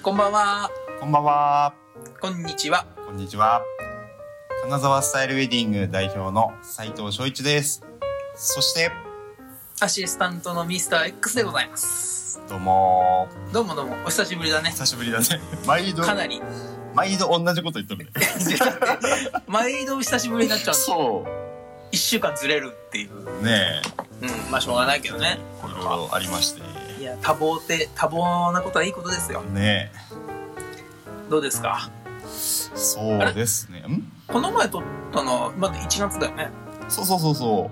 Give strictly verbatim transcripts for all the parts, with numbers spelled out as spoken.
こんばんは。 こんばんは。 こんにちは。 こんにちは。金沢スタイルウェディング代表の斉藤翔一です。そしてアシスタントのミスター X でございます。 どうもどうもどうもお久しぶりだね。 久しぶりだね。毎度かなり毎度同じこと言っとるね。 毎度久しぶりになっちゃう。 そう。 一週間ずれるっていう。 ねえ。うん、まあしょうがないけどね。 いろいろありまして。 いや、多忙って多忙なことはいいことですよ。 ねどうですか。 そうですね。ん？ この前撮ったのまだいちがつだよね。 そうそうそうそう。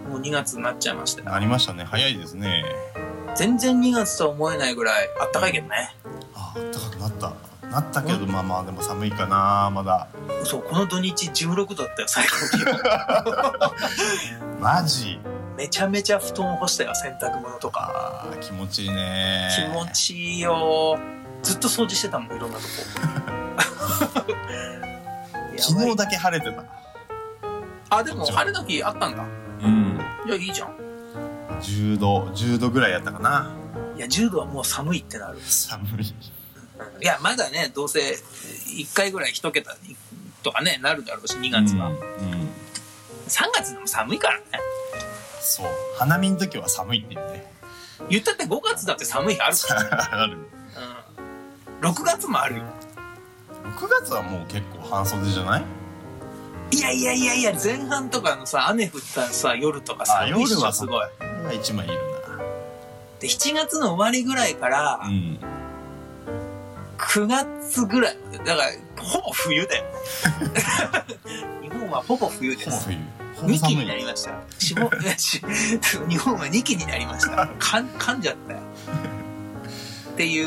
もうにがつになっちゃいましたよ。 なりましたね。早いですね。 全然にがつとは思えないぐらいあったかいけどね。 あ、あったかくなった。なったけど、うん、まあまあでも寒いかなまだ。 そう、この土日じゅうろくどだったよ最高気温。 マジ？ めちゃめちゃ布団干したよ、洗濯物とか。 あ、気持ちいいね。 気持ちいいよ。ずっと掃除してたもん、いろんなとこ。 昨日だけ晴れてた。 あ、でも晴れの日あったんだ。 うん。 いや、いいじゃん。 じゅうど、じゅうどぐらいやったかな。 いや、じゅうどはもう寒いってなる。 寒い。 いや、まだね、どうせいっかいぐらい一桁とかね、なるだろうし、にがつは。うん。うん、さんがつでも寒いからね。 そう。花見の時は寒いって言うね。 言ったってごがつだって寒い日あるから。 ある。うん。 ろくがつもあるよ。 ろくがつはもう結構半袖じゃない？ いやいやいやいや、前半とかのさ、雨降ったさ、夜とか寒いっしょ、すごい。 夜は一枚いるな。 で、しちがつの終わりぐらいから、うん、くがつぐらいまで、だから、ほぼ冬だよ。日本はほぼ冬です。 ほぼ冬。 にきになりました。日本はにきになりました。かん噛んじゃったよ。っていう、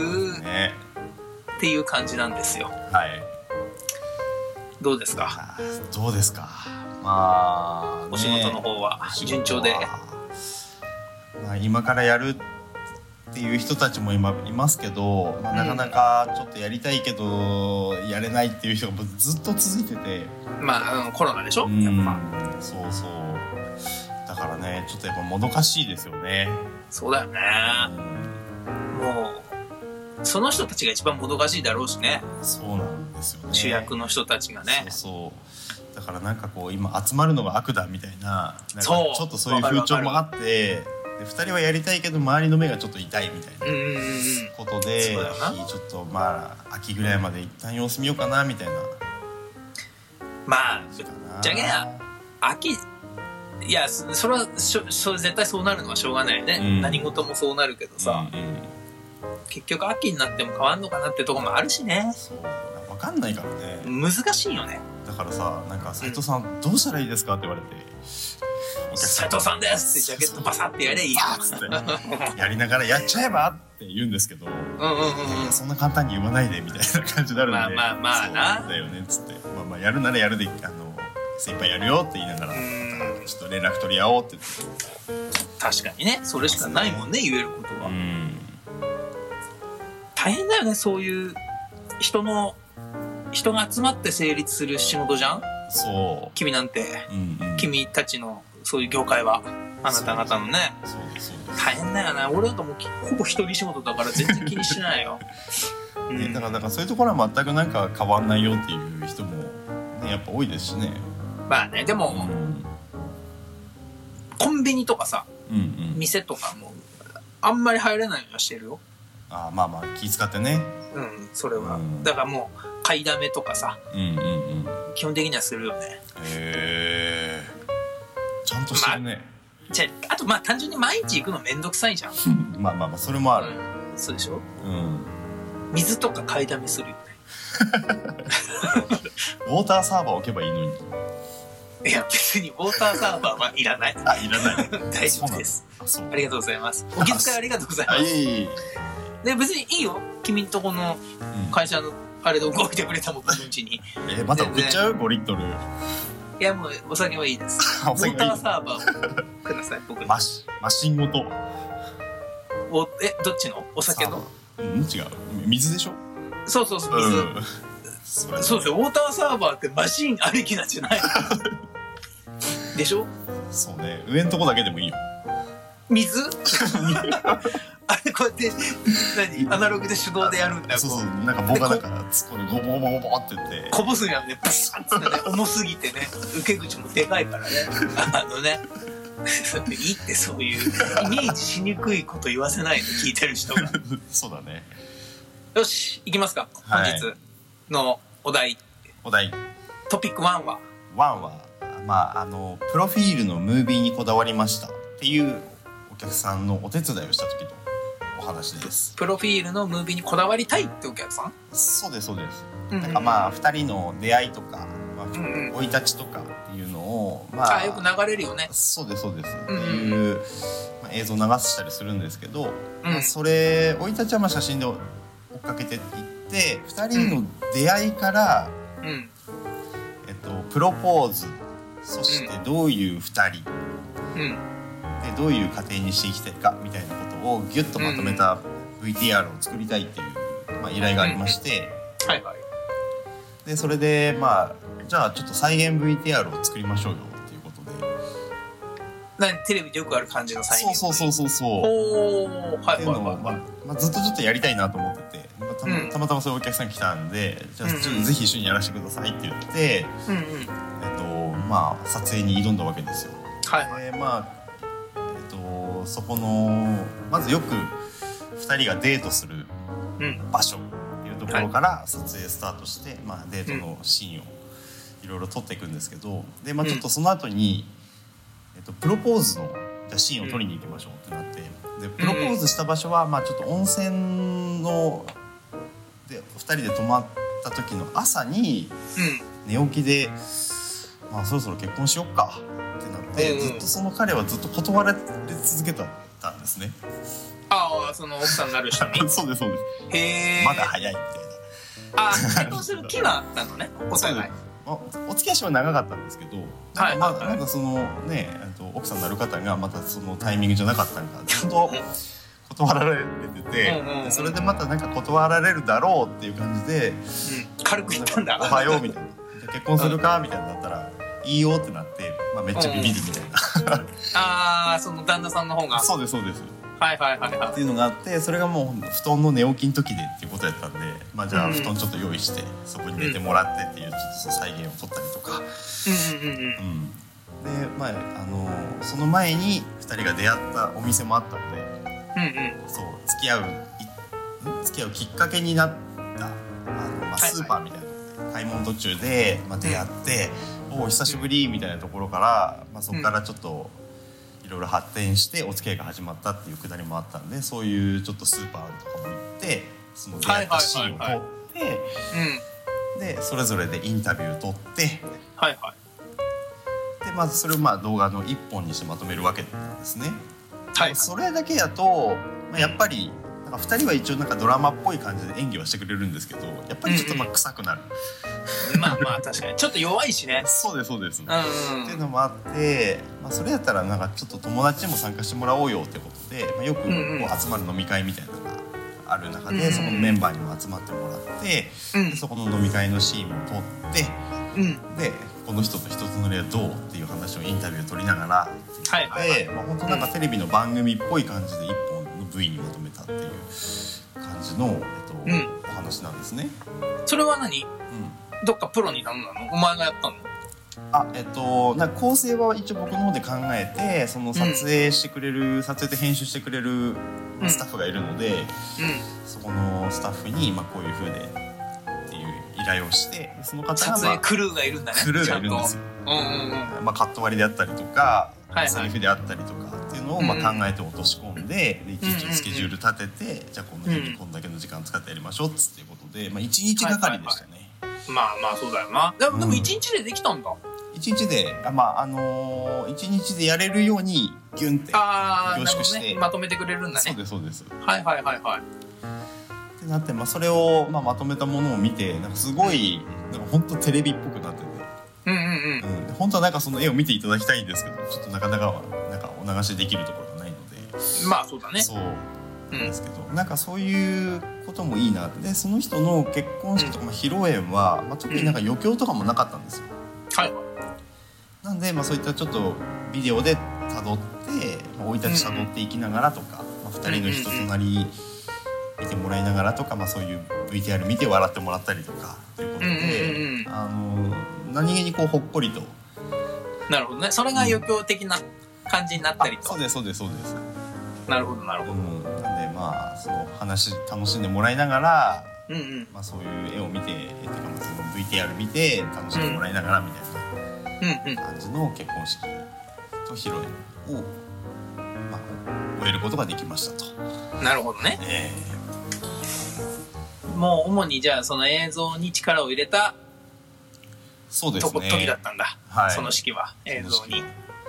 ね、っていう感じなんですよ。 はい。 どうですか？ どうですか？まあ、ね、 お仕事の方は順調で。 まあ、今からやるっていう人たちも今いますけど、まあ、なかなかちょっとやりたいけどやれないっていう人がずっと続いてて。 まあ、コロナでしょ？ うん、 やっぱ。 そうそう。だからね、ちょっとやっぱもどかしいですよね。 そうだよね。うん、もう、その人たちが一番もどかしいだろうしね。 そうなんですよね。 主役の人たちがね。 そうそう。だからなんかこう今集まるのが悪だみたいな、なんかちょっとそういう風潮もあって、でふたりはやりたいけど周りの目がちょっと痛いみたいなことで、ちょっとまあ秋ぐらいまで一旦様子見ようかなみたいな。 まあじゃけや秋、いやそれはしょしょ絶対そうなるのはしょうがないよね、うん、何事もそうなるけどさ、うんうん、結局秋になっても変わんのかなってとこもあるしね。 そう分かんないからね。 難しいよね。 だからさ、なんか斉藤さん、うん、どうしたらいいですかって言われて、 斉藤さんですってジャケットパサってやれいいよってやりながらやっちゃえばって言うんですけど、うんうんうんうん、そんな簡単に言わないでみたいな感じになるんで、 まあまあまあな、 そうだよねっつって、まあまあやるならやるで、あの精一杯やるよって言いながら、ちょっと連絡取り合おうって言って。 確かにね、それしかないもんね、言えることは。うん、大変だよね、そういう人の人が集まって成立する仕事じゃん。そう君なんて、うんうん、君たちのそういう業界はあなた方のね、そうですそうです、大変だよね。俺だともうほぼ一人仕事だから全然気にしないよ、 うんね、だからなんかそういうところは全くなんか変わんないよっていう人も、ね、やっぱ多いですしね。 まあね、でも、うん、コンビニとかさ、うんうん、店とかもあんまり入れないようにしてるよ。 あ、まあまあ気遣ってね。 うん、それは、うん、だからもう買いだめとかさ、うんうんうん、基本的にはするよね。へえ、ちゃんとしてるね。まあ、じゃあ、あとまあ単純に毎日行くのめんどくさいじゃん。 まあまあまあそれもある、 うん、そうでしょ、うん、水とか買いだめするよね。 ウォーターサーバー置けばいいのに。 いや別にウォーターサーバーはいらない。 あ、いらない。 大丈夫です。 あ, ありがとうございます。お気遣いありがとうございます。で別にいいよ、君んとこの会社のあれで動いてくれたもん、僕んちに。 えー、また送っちゃうごリットル。 いやもうお酒はいいです。ウォーターサーバーをください。僕にマシマシンごと。 おえどっちの？お酒の？ うん、違う、水でしょ。 そうそうそう、水、うん、そそうですよ。ウォーターサーバーってマシンありきなんじゃないでしょ。 そうね、上のとこだけでもいいよ。 水あれこうやって何アナログで手動でやるんだよ。 そうそう、なんか棒がだから突っ込んでゴボゴボゴボって言ってこぼすんやんね、ブスッってね、重すぎてね、受け口もでかいからね、あのねいいってそういうイメージしにくいこと言わせないで聞いてる人がそうだね。 よし行きますか、 はい、 本日のお題お題トピックワンはワンはまああのプロフィールのムービーにこだわりましたっていうお客さんのお手伝いをした時のお話です。 プロフィールのムービーにこだわりたいってお客さん？ そうですそうです、 うんうん、 なんかまあふたりの出会いとか生、まあ、 い立ちとかっていうのを、まあ、 あよく流れるよね。 そうですそうです、 うんうん、 っていう、まあ、映像を流したりするんですけど、 うんまあ、それ生い立ちはまあ写真で追っかけていってふたりの出会いから、 うん、 えっと、プロポーズ、そしてどういうふたり、 うん、 でどういう家庭にしていきたいかみたいなことをギュッとまとめた ブイティーアール を作りたいっていう、まあ、依頼がありまして、 うんはいはい、 でそれでまあじゃあちょっと再現 ブイティーアール を作りましょうよっていうことで、 何テレビでよくある感じの再現、 そうそうそうそうそうおー、はい、 っていうのを、まあまあ、ずっとちょっとやりたいなと思ってて、まあ、た, またまたまそういうお客さん来たんで、じゃあちょっとぜひ一緒にやらせてくださいって言って、 うんうん、 えっとまあ撮影に挑んだわけですよ。 はいはい、 でまあえっとそこのまずよくふたりがデートする場所っていうところから撮影スタートして、まあ、デートのシーンをいろいろ撮っていくんですけど、で、まあ、ちょっとその後に、えっと、プロポーズのじゃシーンを撮りに行きましょうってなって、でプロポーズした場所は、まあ、ちょっと温泉のでふたりで泊まった時の朝に寝起きで、まあ、そろそろ結婚しよっかってなって、ずっとその彼はずっと断られ続けたんですね。 ああ、その奥さんになる人にそうですそうです。 へー、 まだ早いみたいな。ああ、結婚する気はあったのね、お互い。 お, お付き合いしは長かったんですけど、 はいまだまだそのね、と奥さんになる方がまたそのタイミングじゃなかったんかずっと断られてて、でそれでまたなんか断られるだろうっていう感じで、うん、 軽く言ったんだ。 おはようみたいな、じゃ結婚するかみたいになったらいいよってなって、まあ、めっちゃビビるみたいな、うん、 ああ、その旦那さんの方が。 そうですそうです、 はいはいはいはい、 っていうのがあって、それがもう布団の寝起きの時でっていうことやったんで、まあ、じゃあ布団ちょっと用意してそこに寝てもらってっていうちょっと再現を取ったりとか、 うんうんうんうん、 で、まあ、あのその前にふたりが出会ったお店もあったので、 うんうん、 そう付き合う付き合うきっかけになったあの、まあ、スーパーみたいなので、はいはい、買い物途中で、まあ、出会って、うん、お久しぶりみたいなところから、まあ、そこからちょっと、うん、いろいろ発展してお付き合いが始まったっていうくだりもあったんで、そういうちょっとスーパーとかも行ってその出会ったシーンを撮って、でそれぞれでインタビュー撮って、 はいはい、 でまずそれをまあ動画のいっぽんにしてまとめるわけなんですね。 はい、 それだけやと、まあ、やっぱりなんかふたりは一応なんかドラマっぽい感じで演技はしてくれるんですけど、やっぱりちょっとまあ臭くなる、 うんうん、まあまあ確かにちょっと弱いしね。 そうですそうです、 うんうん、 っていうのもあって、まあ、それやったらなんかちょっと友達にも参加してもらおうよってことで、まあ、よくこう集まる飲み会みたいなのがある中で、うんうん、そこのメンバーにも集まってもらって、うん、でそこの飲み会のシーンを撮って、うん、でこの人と人となりはどうっていう話をインタビュー取りながらで、はいはいはい、まあ、本当なんかテレビの番組っぽい感じでいっぽんの ブイ にまとめたっていう感じの、えっとうん、お話なんですね。 それは何、うん、どっかプロに頼んだの？お前がやったの？ あ、えっと、なんか構成は一応僕の方で考えて、その撮影してくれる、うん、撮影で編集してくれるスタッフがいるので、うんうん、そこのスタッフに、まあ、こういう風でっていう依頼をして、その方が、まあ、 撮影クルーがいるんだね。 クルーがいるんですよ。うんうんうん、まあ、カット割りであったりとか、はいはい、セリフであったりとかっていうのをまあ考えて落とし込んで、でいちいちスケジュール立てて、じゃあこの日にこんだけの時間使ってやりましょうっつっていうことで、まあ、いちにちがかりでしたね。はいはいはい、まあまあそうだよな。でも、でもいちにちでできたんだ。 いちにちで、あ、まああのー、いちにちでやれるようにギュンって凝縮して、 ね、まとめてくれるんだね。 そうですそうです。 はいはいはいはい。 ってなって、まあ、それを、まあ、まとめたものを見て、なんかすごいなんか本当テレビっぽくなってて、 うんうんうん、 うん、本当はなんかその絵を見ていただきたいんですけど、ちょっとなかなかなんかお流しできるところがないので、 まあそうだね。 そうなんですけど、うん、なんかそういうこともいいな。でその人の結婚式とか、まあ、披露宴は、まあ、特になんか余興とかもなかったんですよ。 はい。 なんで、まあ、そういったちょっとビデオで辿って生い立ち辿っていきながらとか、まあ、 あ、ふたりの人となり見てもらいながらとか、まあ、そういう ブイティーアール 見て笑ってもらったりとかということで、うんうんうん、あの何気にこうほっこりと。 なるほどね。それが余興的な感じになったりと。 そうですそうですそうです。 なるほどなるほど。うん、 なんでまあその話楽しんでもらいながら、 うんうんまあ、そういう絵を見てっていうか、その ブイティーアール 見て楽しんでもらいながらみたいな感じの結婚式と披露宴を、まあ、終えることができましたと。 なるほどね。えー、もう主にじゃあその映像に力を入れたそうですね時だったんだ、はい、その式は映像に。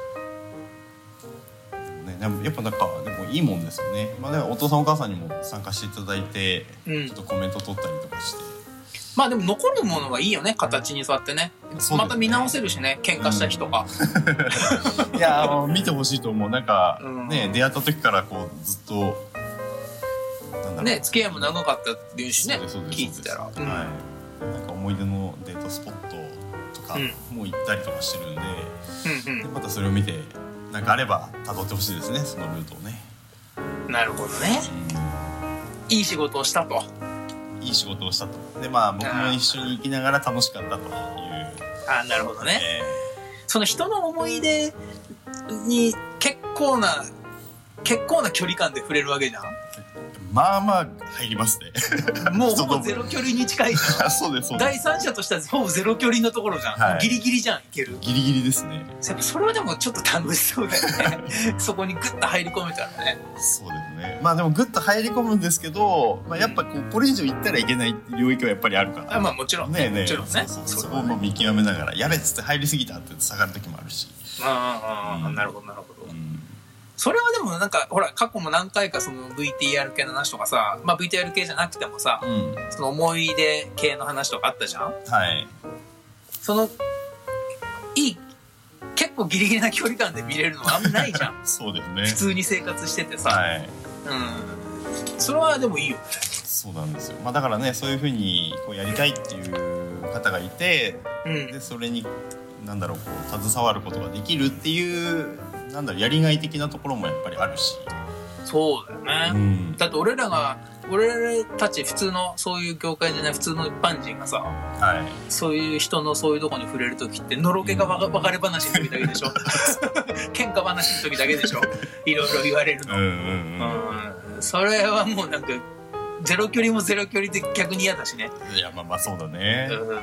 でもやっぱなんかでもいいもんですよね。まあ、でもお父さんお母さんにも参加していただいて、うん、ちょっとコメント取ったりとかして、 まあでも残るものはいいよね、形に座って ね, ねまた見直せるしね、喧嘩した日とか、 うん、いや見てほしいと思う。なんか、うん、ね出会った時からこうずっとなんだろうね、付き合いも長かったっていうしね、聞いてたら、うん、はい、 なんか思い出のデートスポットとかも行ったりとかしてるんで、うん、でまたそれを見てなんかあれば辿ってほしいですね、そのルートをね。 なるほどね、うん、いい仕事をしたと。 いい仕事をしたと。でまあ僕も一緒に行きながら楽しかったという。 ああなるほどね、えー、その人の思い出に結構な結構な距離感で触れるわけじゃん。 まあまあ入りますね。 もうほぼゼロ距離に近いじゃん。 そうですそうです。 第三者としてはほぼゼロ距離のところじゃん、はい、ギリギリじゃん、いける。 ギリギリですね。 やっぱそれはでもちょっと楽しそうだよね。そこにグッと入り込めたらね。 そうですね。まあでもグッと入り込むんですけど、まあ、やっぱこうこれ以上行ったらいけない領域はやっぱりあるから。 あまあもちろんね。 ねえねえもちろんね。 そうそうそう、そこを見極めながらやべっつって入りすぎたって下がる時もあるし。 ああ、うん、なるほどなるほど。うんそれはでもなんかほら過去も何回かその ブイティーアール 系の話とかさ、まあ ブイティーアール 系じゃなくてもさ、うん、その思い出系の話とかあったじゃん。 はい。 そのいい結構ギリギリな距離感で見れるのはあんまないじゃん。 そうですね。 普通に生活しててさ、はい、うん。それはでもいいよね。 そうなんですよ。まあだからねそういう風にこうやりたいっていう方がいて、うん、でそれになんだろうこう携わることができるっていう。なんだろうやりがい的なところもやっぱりあるし。 そうだよね、うん、だって俺らが俺たち普通のそういう業界じゃない普通の一般人がさ、はい、そういう人のそういうとこに触れる時ってのろけが別れ話の時だけでしょ。喧嘩話の時だけでしょ。いろいろ言われるの、うんうんうんうん、それはもうなんかゼロ距離もゼロ距離で逆に嫌だしね。 いやまあまあそうだね、うんうん、ま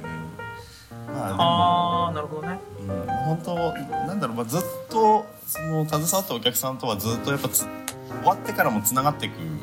ああなるほどね。 うん、本当なんだろう、まあ、ずっとその携わったお客さんとはずっとやっぱつ終わってからもつながっていくの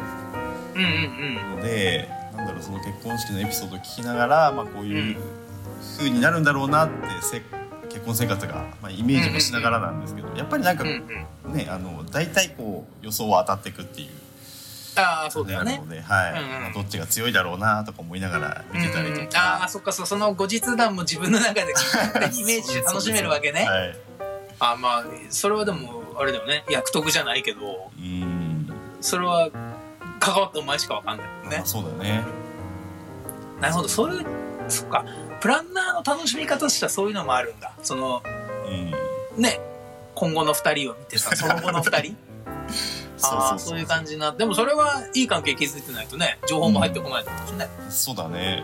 で、うんうんうん、なんだろうその結婚式のエピソードを聞きながら、まあ、こういう風になるんだろうなってせ結婚生活が、まあ、イメージもしながらなんですけど、やっぱりなんか、うんうん、ねあの大体こう予想は当たっていくっていう。 ああそうだよね。 はい、うんうんまあ、どっちが強いだろうなとか思いながら見てたりとか、うんうん、 ああそっかそうその後日談も自分の中でイメージで楽しめるわけね。はい、あまあそれはでもあれだよね、役得じゃないけど、うんそれは関わったお前しかわかんないもんね。 まあ、そうだね。 なるほど、そういうそっかプランナーの楽しみ方としてはそういうのもあるんだ。その、うん、ね今後のふたりを見てさその後のふたりああそういう感じな。でもそれはいい関係築いてないとね情報も入ってこないだろうしね、 うん、そうだね。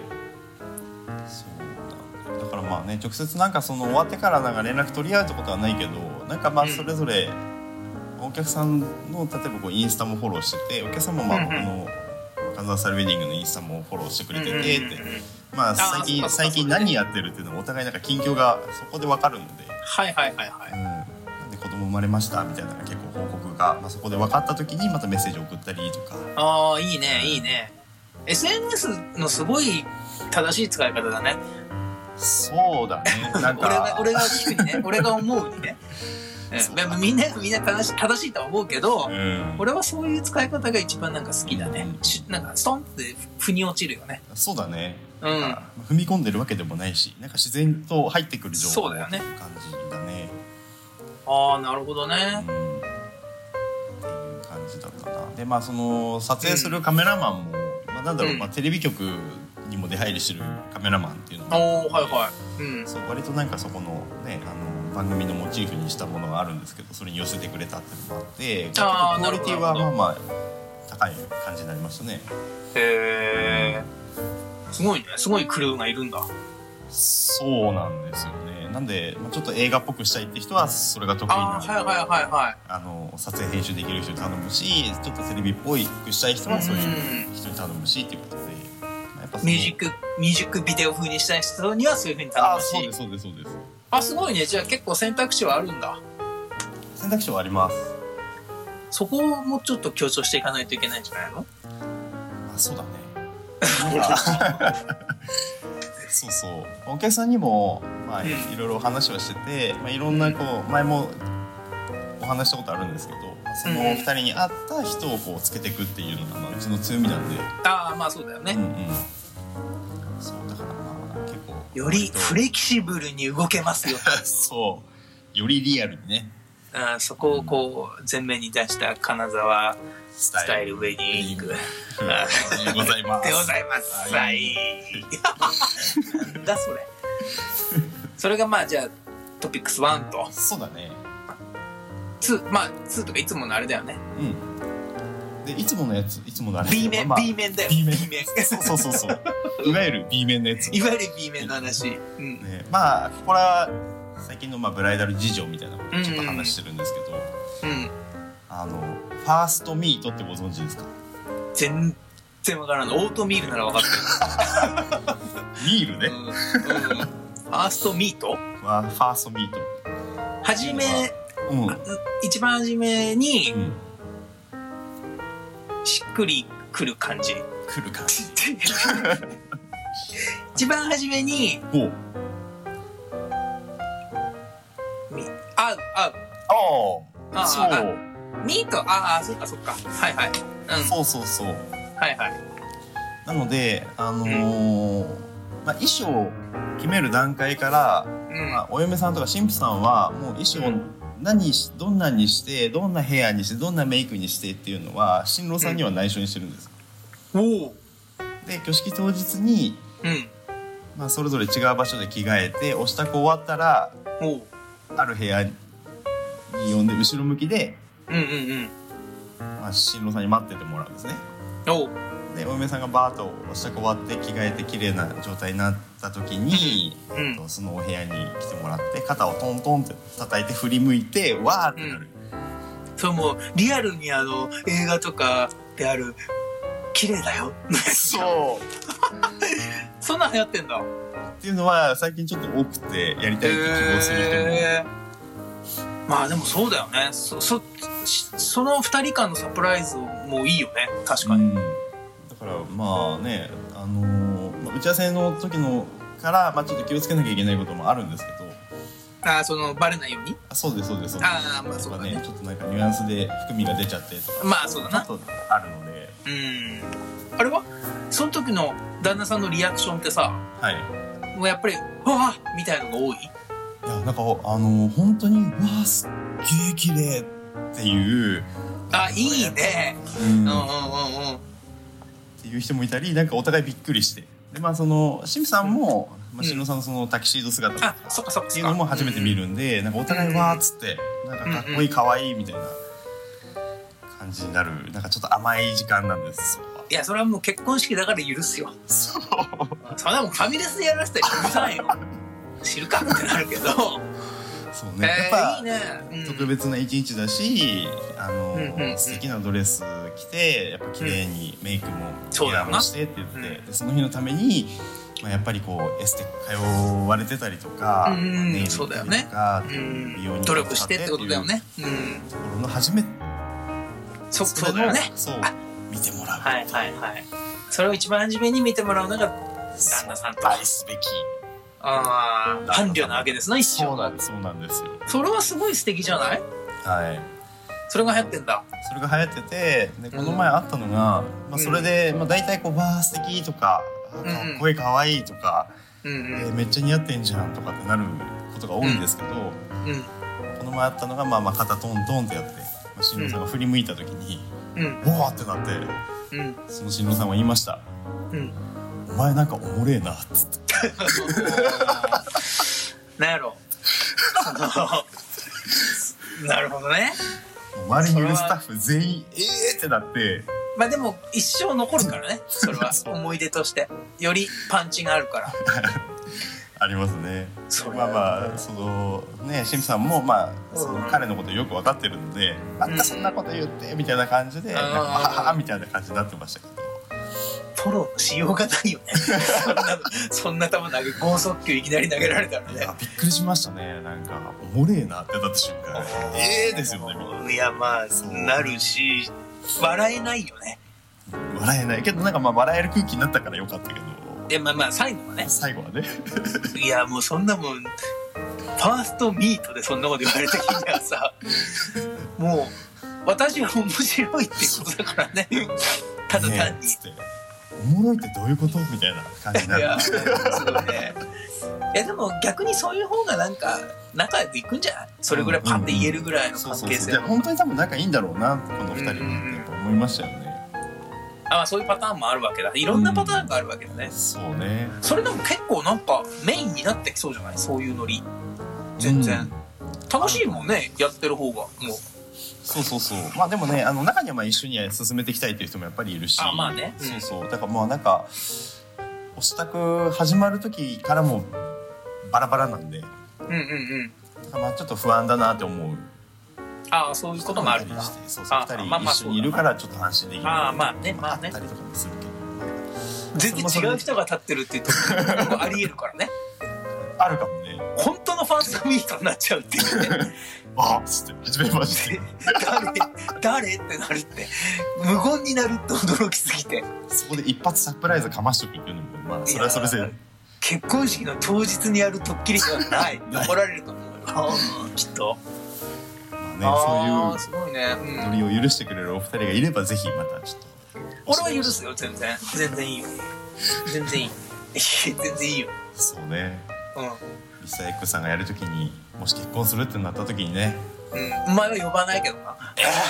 そうだ、だからまあね直接なんかその終わってからなんか連絡取り合うってことはないけど、なんかまあそれぞれお客さんの例えばこうインスタもフォローしてて、お客さんもまあ僕の金沢サルウェディングのインスタもフォローしてくれててって、まあ最近最近何やってるっていうのもお互いなんか近況がそこで分かるので、 はいはいはいはい、うん、 なんで子供生まれましたみたいなのが結構報告が、まあ、そこで分かった時にまたメッセージを送ったりとか。 ああいいねいいね。 エスエヌエス のすごい正しい使い方だね。 そうだね。なんか俺が俺が聞くにね俺が思うにねうん、みんながみんな正しい正しいとは思うけど、うん、俺はそういう使い方が一番なんか好きだね、うん、なんかストンって腑に落ちるよね。 そうだね、うん、踏み込んでるわけでもないし、なんか自然と入ってくる情報っていう感じだね。 ああなるほどね、うん、っていう感じだったな。でまあその撮影するカメラマンも、うんまあ、なんだろう、うんまあ、テレビ局にも出入りしてるカメラマンっていうのも、 おはいはい、うん、 そう割となんかそこのねあの番組のモチーフにしたものがあるんですけど、それに寄せてくれたっていうのがあって、 あクオリティはまあまあ高い感じになりましたね。 へえ、すごいね、すごいクルーがいるんだ。 そうなんですよね。なんで、まあ、ちょっと映画っぽくしたいって人はそれが得意な、 あ、はいはいはいはい、 あの撮影編集できる人に頼むし、ちょっとテレビっぽいくしたい人もそういう人に頼むしっていうことで、まあ、やっぱミュージックミュージックビデオ風にしたい人にはそういう風に頼むし。 あ、そうですそうですそうです。 あ、すごいね。じゃあ結構選択肢はあるんだ。 選択肢はあります。 そこをもうちょっと強調していかないといけないんじゃないの？ あ、そうだね。そうそう、お客さんにも、まあ、いろいろ話はしてて、まあ、いろんなこう前もお話したことあるんですけど、そのふたりに合った人をこうつけていくっていうのが、まあ、うちの強みなんで。 ああ、まあそうだよね。うんうん、 そうだからまあ結構よりフレキシブルに動けますよ。 そうよりリアルにね、 あ、そこをこう前面に出した金沢スタイルウェディングでございます。 でございます。はい。なんだそれ。それがまあじゃあトピックスワンと。 そうだね。 ツー、まあツーとかいつものあれだよね。 うん。でいつものやつ、いつものあれ。 B 面、まあ、B 面だよ。 B 面。そうそうそうそう。いわゆる B 面のやつ。 いわゆる B 面の話。うん。 ね、まあこれは最近のまあブライダル事情みたいなことをちょっと話してるんですけど。うん。うん、あのファーストミートってご存知ですか？ 全然わからない。オートミールなら分かってる。 ミールね。 うんうん、ファーストミート？ まあファーストミート。 はじめ、うん、一番初めに、うん、しっくりくる感じ。 くる感じ。 一番初めに。 お。 合う合う。 ああ。そう。 ミート、ああ、そっかそっか。はいはい。 うん、そうそうそう。 はいはい。 なので、あのーうん、まあ、衣装を決める段階から、うんまあ、お嫁さんとか新婦さんはもう衣装を何しどんなにしてどんなヘアにしてどんなメイクにしてっていうのは新郎さんには内緒にしてるんです。 うん、おで挙式当日に、うんまあ、それぞれ違う場所で着替えてお支度終わったらおある部屋に呼んで後ろ向きで、うんうんうんまあ、新郎さんに待っててもらうんですね。おでお嫁さんがバーッとお支度終わって着替えて綺麗な状態になった時に、うん、そのお部屋に来てもらって肩をトントンって叩いて振り向いてわーってなる、うん、 そうもうリアルにあの映画とかである綺麗だよそうそんなん流行ってんだっていうのは最近ちょっと多くてやりたいって希望する人も、えー、まあでもそうだよね そ, そ, そのふたりかんのサプライズもいいよね確かに、うんだからまあね、あのー、打ち合わせの時のから、まあ、ちょっと気をつけなきゃいけないこともあるんですけどあそのバレないようにあそうですそうですそうですあまあそうだねちょっとなんかニュアンスで含みが出ちゃってとかまあそうだなちょっとあるのでうんあれはその時の旦那さんのリアクションってさ、 はい、 もうやっぱりわあみたいのが多いいやなんかあのー、本当にわあすっげえ綺麗っていうあいいねうんうんうんうんっていう人もいたりなんかお互いびっくりしてで、まあ、その新婦さんも、まあ、新郎さんのそのタキシード姿とかっていうのも初めて見るんでなんかお互いわーっつってなんかかっこいいかわいいみたいな感じになるなんかちょっと甘い時間なんですいやそれはもう結婚式だから許すよそうそれはもうファミレスでやらせたら許さないよ知るかってなるけどそうね、やっぱ、 いいねうん、特別な一日だしあの、うんうんうん、素敵なドレス着てやっぱ綺麗にメイクもヘアもしてって言って、うん、でその日のために、まあ、やっぱりこうエステ通われてたりとか、 うん、ネイルとか、ねうん、美容に努力してってことだよね、うん、 ところの初めてそそうだよねそう見てもらうはいはいはいそれを一番初めに見てもらうのが旦那さんと愛すべきああ、伴侶なわけですな、一生。 そうなんです、そうなんですよ。 それはすごい素敵じゃない？ はい。 それが流行ってんだ。 それが流行ってて、でこの前あったのが、うん、まあそれで、まあ大体こうわー素敵とか、かっこいい可愛いとか、うんうんえー、めっちゃ似合ってんじゃんとかってなることが多いんですけど、うんうん、この前あったのがまあまあ肩トントンってやって、まあ、新郎さんが振り向いた時に、うん、わーってなって、うん、その新郎さんは言いました。うん、お前なんかおもれえなっつって。 なんやろなるほどね。 周りにいるスタッフ全員えーってなって、 まあでも一生残るからね、それは思い出としてよりパンチがあるからありますね。 それまあまあそのねシムさんもまあその彼のことよく分かってるので、またそんなこと言ってみたいな感じで、なんかはははみたいな感じになってましたけど、 フォローしようがないよねそんなそんな球投げ剛速球いきなり投げられたらね。 びっくりしましたね。なんかおもれえなってなった瞬間ええー、ですよね。 いやまあなるし笑えないよね。 笑えないけどなんかまあ笑える空気になったからよかったけど、 でまあまあ最後はね最後はねいやもうそんなもんファーストミートでそんなこと言われた日にはさもう私は面白いってことだからねただ単に、ね、 おもろいってどういうことみたいな感じになる。いやすごいね。いやでも逆にそういう方がなんか仲良くいくんじゃない？それぐらいパッて言えるぐらいの関係性。 本当に多分仲いいんだろうなこのふたりはやっぱ思いましたよね。 ああそういうパターンもあるわけだ。いろんなパターンがあるわけだね、うん、 そうね。 それでも結構なんかメインになってきそうじゃない？そういうノリ全然、うん、楽しいもんねやってる方がもう。 そうそうそう。まあでもねあの中にはまあ一緒に進めていきたいっていう人もやっぱりいるし。 あまあね、うん、 そうそう。だからまあなんかお支度始まる時からもバラバラなんで。 うんうんうん。 だからまあちょっと不安だなって思う。 ああそういうこともあるんだ。 そうそうふたり一緒にいるからちょっと安心できる。 ああまあねまあね。 あったりとかもするけど。 全然違う人が立ってるっていうとありえるからね。 あるかもね。 本当のファーストミートになっちゃうっていうね。 あっつって初めまして誰誰ってなるって無言になるって驚きすぎて、 そこで一発サプライズかましとくっていうのもまあそれはそれで結婚式の当日にやるドッキリではない怒られると思うよきっと。 まあね、 そういうノリを許してくれるお二人がいればぜひまたちょっと。 俺は許すよ全然全然いいよ全然いい全然いいよ。 そうね。 うん。 リサ X さんがやるときにもし結婚するってなったときにね。 うん。お前は呼ばないけどな。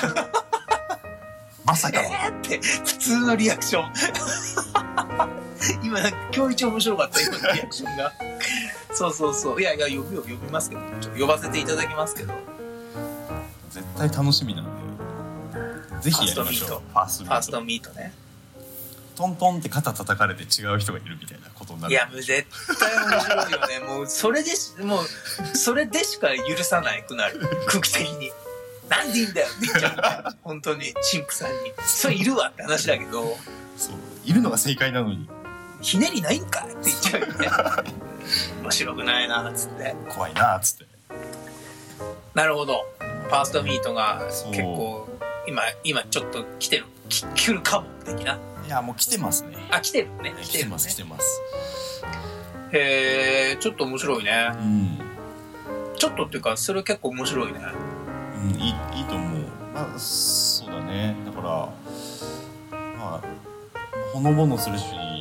まさか。 えーって普通のリアクション。今なんか今日一面白かった今のリアクションが。そうそうそう。いやいや呼ぶよ呼びますけどちょっと呼ばせていただきますけど。 絶対楽しみなんで。ぜひやりましょう。ファーストミート。 ファーストミートね。 トントンって肩叩かれて違う人がいるみたいなことになる。 いやもう絶対面白いよね。もうそれでしもうそれでしか許さないくなる空気的に。なんでいいんだよって言っちゃうから本当に神父さんにそれいるわって話だけど。 そういるのが正解なのに。 ひねりないんかいって言っちゃうよね。面白くないなっつって。 怖いなっつって。 なるほど。ファーストミートが結構今今ちょっと来てる来るかも的な。 いやもう来てますね。 あ来てるね。 来てます、ね、来てます。 へえちょっと面白いね。 うん。 ちょっとっていうかそれ結構面白いね。 うんいいいいと思う。まあそうだね。だからまあほのぼのするし、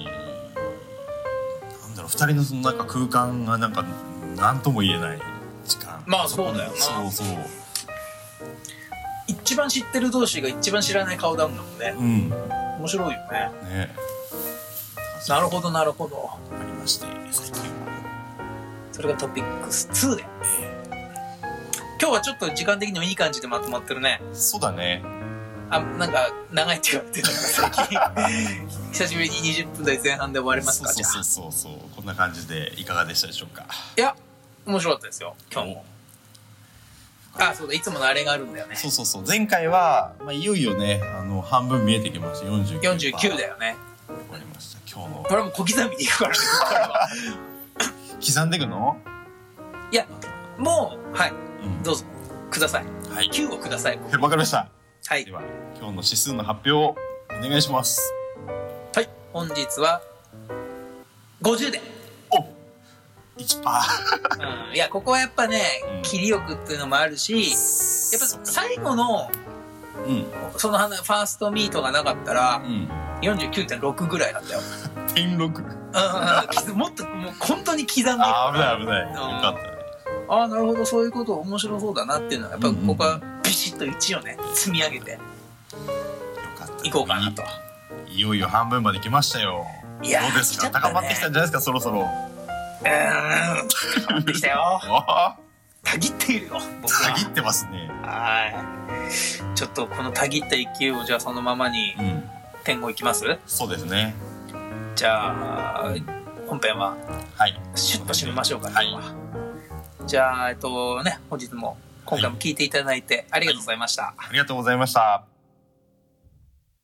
なんだろう二人のそのなんか空間がなんかなんとも言えない時間。 まあそうだよな。 そうそう。 一番知ってる同士が一番知らない顔だもんね。 うん。 面白いよね。 ね。 なるほどなるほど。 ありまして最近は。 それがトピックスツーで。今日はちょっと時間的にもいい感じでまとまってるね。 そうだね。 あなんか長いって言われてるから最近久しぶりににじゅっぷん台前半で終わりますか。 そうそうそうそうそうこんな感じでいかがでしたでしょうか。 いや面白かったですよ今日も。あそうだいつものあれがあるんだよね。 そうそうそう前回は、まあ、いよいよねあの半分見えてきました。よんじゅうきゅうパーセント よんじゅうきゅうだよね。終わりました今日の。 これも小刻みにいくからね刻んでいくの。 いやもうはい、うん、どうぞください、 はい、 きゅうをください。 わかりました。 はい、 では今日の指数の発表をお願いします。 はい、本日はごじゅうで。 お いちパーセント、 うん、いやここはやっぱね、うん、切りよくっていうのもあるし、やっぱ最後の、うん、そのファーストミートがなかったら、うん、よんじゅうきゅうてんろく ぐらいだったよ。 点ろく うんもっともう本当に刻んでいくから。 あ危ない危ない、うん、よかったね。 ああなるほどそういうこと面白そうだなっていうのはやっぱここはビシッといちをね積み上げてよかったいこうかなと。 いよいよ半分まで来ましたよ。いやどうですか、ね、高まってきたんじゃないですかそろそろ。 うーん高まってきたよたぎっているよ僕は。 たぎってますね。 はいちょっとこのたぎった勢いをじゃあそのままに天狗いきます、うん、 そうですね。 じゃあ本編はシュッと締めましょうかね、はい、じゃあえっとね本日も今回も聞いていただいてありがとうございました、 はい、ありがとうございました。